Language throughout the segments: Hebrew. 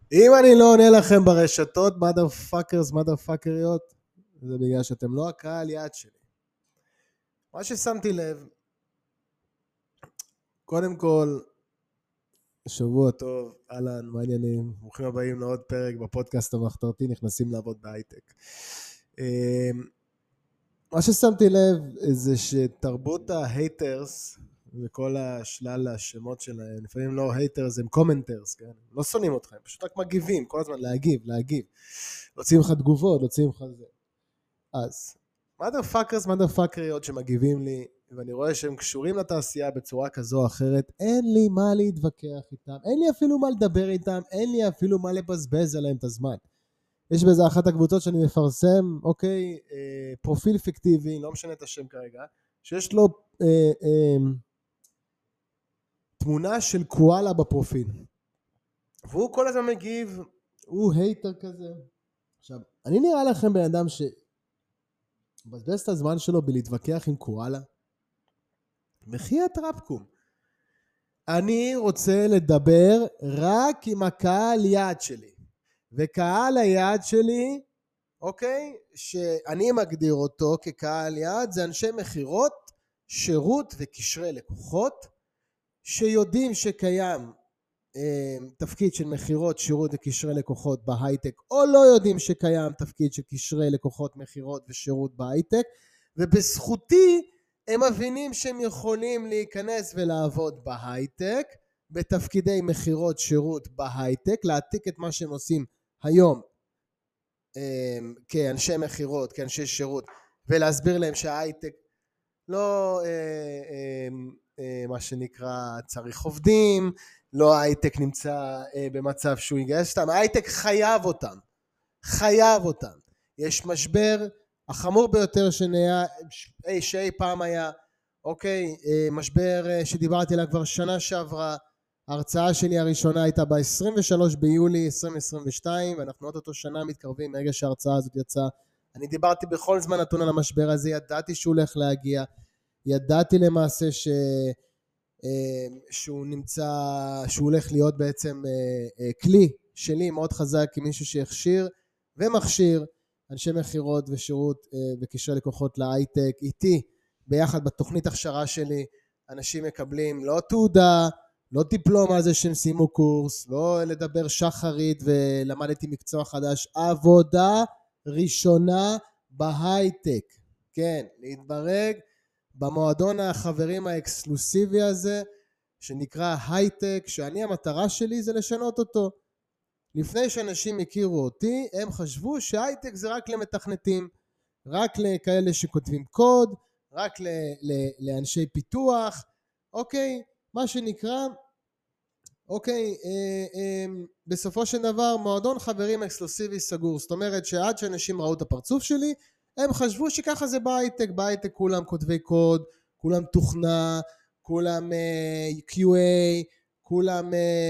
אם אני לא עונה לכם ברשתות, motherfuckers, motherfuckerיות, זה בגלל שאתם לא הקהל יעד שלי. מה ששמתי לב, קודם כל, שבוע טוב, אהלן, מה העניינים? ברוכים הבאים לעוד פרק בפודקאסט המחתרתי, נכנסים לעבוד בהייטק. מה ששמתי לב זה שתרבות ההייטרס וכל השלל השמות שלהם, לפעמים לא הייטרס, הם קומנטרס, כן? לא שונאים אתכם, פשוט רק מגיבים, כל הזמן להגיב. רוצים לך תגובות, רוצים לך זה. אז, motherfuckers שמגיבים לי, ואני רואה שהם קשורים לתעשייה בצורה כזו או אחרת, אין לי מה להתווכח איתם, אין לי אפילו מה לדבר איתם, אין לי אפילו מה לבזבז עליהם את הזמן. יש בזה אחת הקבוצות שאני מפרסם, אוקיי, פרופיל פיקטיבי, לא משנה את השם כרגע, שיש לו תמונה של קואלה בפרופיל. והוא כל הזמן מגיב, הוא הייטר כזה. עכשיו, אני נראה לכם בן אדם מבזבז את הזמן שלו בלהתווכח עם קואלה? מחיית רבקום. אני רוצה לדבר רק עם הקהל יעד שלי. וקהל היעד שלי, אוקיי, שאני מגדיר אותו כקהל יעד, זה אנשי מחירות, שירות וקשרי לקוחות, שיודעים שקיים תפקיד של מחירות, שירות וקשרי לקוחות בהייטק, או לא יודעים שקיים תפקיד של קשרי לקוחות, מחירות ושירות בהייטק, ובזכותי הם מבינים שהם יכולים להיכנס ולעבוד בהייטק, בתפקידי מחירות, שירות בהייטק, להעתיק את מה שהם עושים היום כאנשי מחירות, כאנשי שירות, ולהסביר להם שההייטק לא מה שנקרא צריך עובדים, לא ההייטק נמצא במצב שהוא יגייס אותם, ההייטק חייב אותם. יש משבר החמור ביותר שאי פעם היה, אוקיי, משבר שדיברתי עליו כבר שנה שעברה, ההרצאה שלי הראשונה הייתה ב-23 ביולי 2022, ואנחנו עוד אותו שנה מתקרבים מהרגע שההרצאה הזאת יצאה. אני דיברתי בכל זמן נתון על המשבר הזה, ידעתי שהוא הולך להגיע, ידעתי למעשה שהוא נמצא, שהוא הולך להיות בעצם כלי שלי מאוד חזק כמישהו שיכשיר ומכשיר אנשי מחירות ושירות וקשרי לקוחות להייטק איתי ביחד בתוכנית הכשרה שלי. אנשים מקבלים לא תעודה, לא דיפלומה על זה שהם סיימו קורס, לא לדבר שחרית ולמדתי מקצוע חדש, עבודה ראשונה בהייטק, כן, להתברג במועדון החברים האקסקלוסיבי הזה שנקרא הייטק, שאני המטרה שלי זה לשנות אותו. לפני שאנשים הכירו אותי הם חשבו שהייטק זה רק למתכנתים, רק לכאלה שכותבים קוד, רק לאנשי פיתוח, אוקיי, מה שנקרא, אוקיי, בסופו של דבר מועדון חברים אקסקלוסיבי סגור, זאת אומרת שעד שאנשים ראו את הפרצוף שלי הם חשבו שככה זה בהייטק, בהייטק כולם כותבי קוד, כולם תוכנה, כולם QA, כולם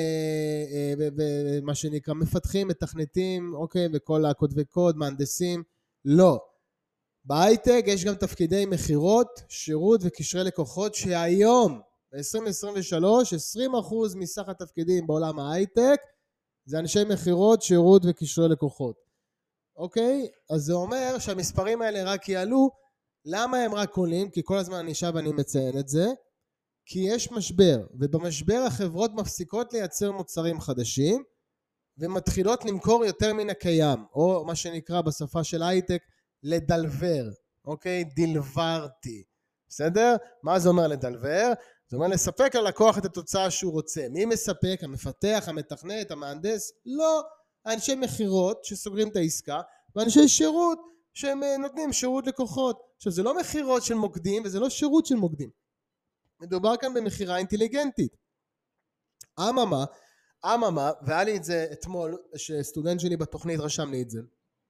מה שנקרא מפתחים, מתכנתים, אוקיי, וכל הכותבי קוד, מהנדסים. לא. בהייטק יש גם תפקידי מחירות, שירות וקשרי לקוחות שהיום ב-2023 20% מסך התפקידים בעולם ההייטק זה אנשי מחירות, שירות וקשרי לקוחות. אוקיי? אז זה אומר שהמספרים האלה רק יעלו. למה הם רק עולים? כי כל הזמן אני שב ואני מציין את זה. כי יש משבר, ובמשבר החברות מפסיקות לייצר מוצרים חדשים ומתחילות למכור יותר מן הקיים, או מה שנקרא בשפה של הייטק לדלבר. אוקיי? דלברתי. בסדר? מה זה אומר לדלבר? זה אומר לספק ללקוח את התוצאה שהוא רוצה. מי מספק? המפתח, המתכנת, המהנדס? לא. אנשי מחירות שסוגרים את העסקה, ואנשי שירות שהם נותנים שירות לקוחות. עכשיו זה לא מחירות של מוקדים וזה לא שירות של מוקדים. מדובר כאן במחירה אינטליגנטית. אממה, והיה לי את זה אתמול, שסטודנט שלי בתוכנית רשם לי את זה,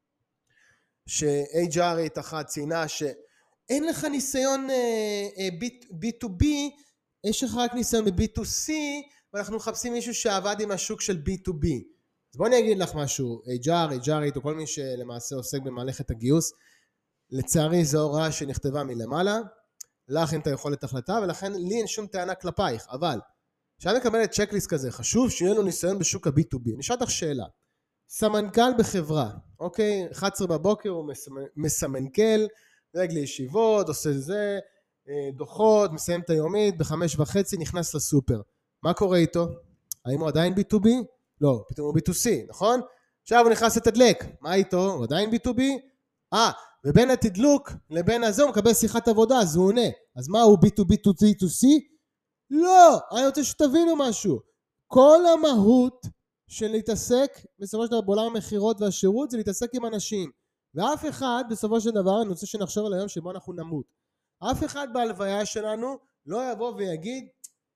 ש-HRית אחת ציינה שאין לך ניסיון B2B, יש לך רק ניסיון ב-B2C, ואנחנו מחפשים מישהו שעבד עם השוק של B2B. אז בואו אני אגיד לך משהו, HRית או כל מי שלמעשה עוסק במערכת הגיוס, לצערי זו הוראה שנכתבה מלמעלה, לך אין את היכולת החלטה, ולכן לי אין שום טענה כלפייך, אבל כשאת מקבלת צ'קליסט כזה, חשוב שיהיה לו ניסיון בשוק ה-B2B. אני אשאל אותך שאלה. סמנכ"ל בחברה, אוקיי? 11 בבוקר הוא מסמנכ"ל, דואג לישיבות, עושה זה, דוחות, מסיים את היומית, ב5:30 נכנס לסופר. מה קורה איתו? האם הוא עדיין B2B? לא, פתאום הוא B2C, נכון? עכשיו הוא נכנס לתדלק. מה איתו? הוא עדיין B2B? ובין התדלוק לבין הזה הוא מקבל שיחת עבודה, אז הוא עונה. אז מה, הוא B2B2C? לא, אני רוצה שתבינו משהו. כל המהות של להתעסק בסופו של דבר בעולם המחירות והשירות זה להתעסק עם אנשים. ואף אחד בסופו של דבר, אני רוצה שנחשוב על היום שבו אנחנו נמות. אף אחד בהלוויה שלנו לא יבוא ויגיד,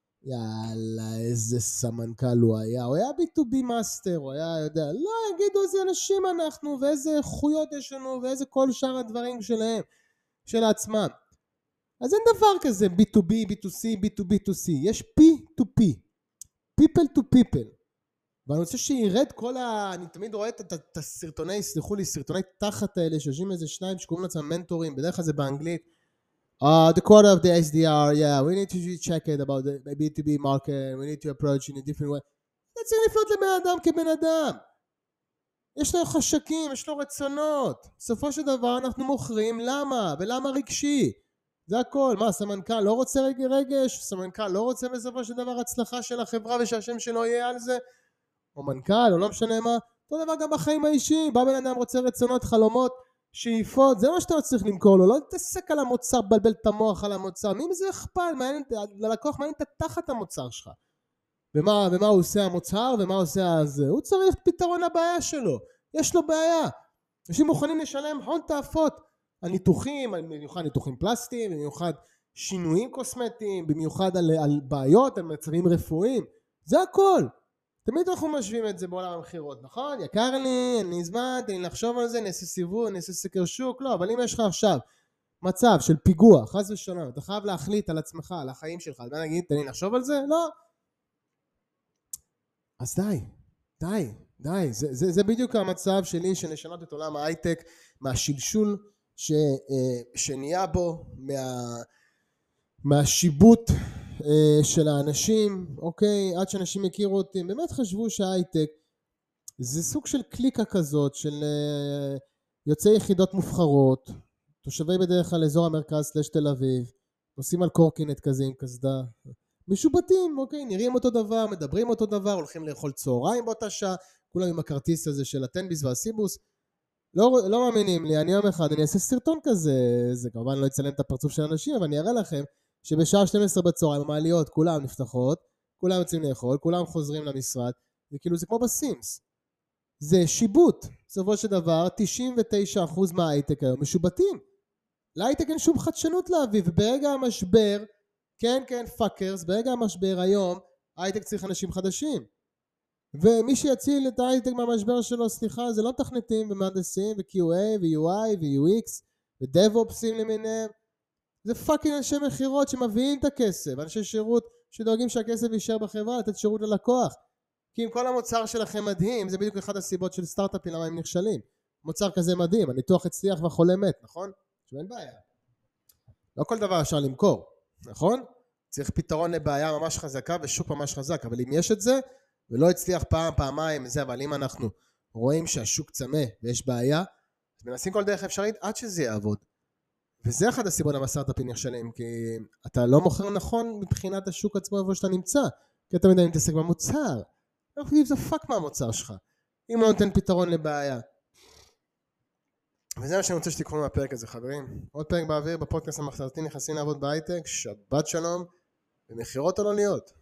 יאללה איזה סמנכ"ל הוא היה B2B מאסטר, הוא היה יודע, לא יגידו איזה אנשים אנחנו ואיזה איכויות יש לנו ואיזה כל שאר הדברים שלהם, של עצמם. אז אין דבר כזה B2B, B2C, B2B2C, יש P2P, people to people. ואני רוצה שירד אני תמיד רואה את הסרטוני, סליחו לי, סרטוני תחת האלה, שיושבים איזה שניים שקוראים לעצמם מנטורים, בדרך כלל זה באנגלית. The quarter of the SDR, yeah, we need to check it about the B2B market, we need to approach in a different way. אתה צריך לפנות לבן אדם כבן אדם. יש לו חשקים, יש לו רצונות. בסופו של דבר אנחנו מוכרים למה, ולמה רגשי. זה הכל. מה, סמנכ"ל לא רוצה רגש? סמנכ"ל לא רוצה בסופו של דבר הצלחה של החברה ושהשם שלו יהיה על זה? או מנכ"ל, או לא משנה מה. אותו דבר גם בחיים האישיים. בא בן אדם רוצה רצונות, חלומות, שאיפות. זה מה שאתה צריך למכור לו. לא תתעסק על המוצר, בלבל את המוח על המוצר. מי מזה אכפת? ללקוח מעניין את תחת המוצר שלך. ומה הוא עושה המוצר ומה עושה הזה. הוא צריך פתרון לבעיה שלו. יש לו בעיה. אנשים מוכנים לשלם הון תאפות. הניתוחים, במיוחד ניתוחים פלסטיים, במיוחד שינויים קוסמטיים, במיוחד על בעיות, על מצבים רפואיים. זה הכל. תמיד אנחנו משווים את זה בעולם המחירות, נכון? יקר לי, אין לי זמן, תן לי לחשוב על זה, נעשה סיבוב, נעשה סקר שוק. לא, אבל אם יש לך עכשיו מצב של פיגוע, חס ושלום, אתה חייב להחליט על עצמך, על החיים שלך, אז מה נגיד, תן לי לחשוב על זה? לא. אז די. זה בדיוק המצב שלי של לשנות את עולם ההייטק, מהשלשול שנהיה בו, מהשיבוט של האנשים, אוקיי? עד שאנשים הכירו אותי, באמת חשבו שההייטק זה סוג של קליקה כזאת של יוצאי יחידות מובחרות, תושבי בדרך כלל אזור המרכז תל אביב, נוסעים על קורקינט כזה עם קסדה, משובטים, אוקיי? נראים אותו דבר, מדברים אותו דבר, הולכים לאכול צהריים באותה שעה, כולם עם הכרטיס הזה של הטנביס והסיבוס. לא מאמינים לי, אני יום אחד, אני אעשה סרטון כזה, זה כמובן לא יצלם את הפרצוף של אנשים, אבל אני אראה לכם שבשעה 12 בצהריים המעליות כולם נפתחות, כולם יוצאים לאכול, כולם חוזרים למשרד, וכאילו זה כמו בסימס. זה שיבוט. בסופו של דבר, 99% מההייטק היום משובטים. להייטק אין שום חדשנות להביא, וברגע המשבר, כן, פאקרס, ברגע המשבר היום, ההייטק צריך אנשים חדשים. ומי שיציל את ההייטק מהמשבר שלו, סליחה, זה לא מתכנתים ומהנדסים ו-QA ו-UI ו-UX ו-DevOpsים למיניהם. זה פאקינג אנשי מחירות שמביאים את הכסף, אנשי שירות שדואגים שהכסף יישאר בחברה, לתת שירות ללקוח. כי אם כל המוצר שלכם מדהים, זה בדיוק אחד הסיבות של סטארט-אפים למה הם נכשלים. מוצר כזה מדהים, הניתוח הצליח והחולה מת, נכון? שאין בעיה. לא כל דבר אפשר למכור, נכון? צריך פתרון לבעיה ממש חזקה ושוק ממש חזק, אבל אם יש את זה, ולא הצליח פעמיים, זה, אבל אם אנחנו רואים שהשוק צמא ויש בעיה, אז מנסים כל דרך אפשרית עד שזה יעבוד. וזה אחד הסיבות למה סטארט-אפים נכשלים, כי אתה לא מוכר נכון מבחינת השוק עצמו איפה שאתה נמצא, כי אתה מדי מתעסק במוצר. לא חושב שזה פאק מהמוצר שלך, אם לא נותן פתרון לבעיה. וזה מה שאני רוצה שתקחו מהפרק הזה, חברים. עוד פרק באוויר בפודקאסט המחתרתי, נכנסים לעבוד בהייטק, שבת שלום, ומחירות עולמיות.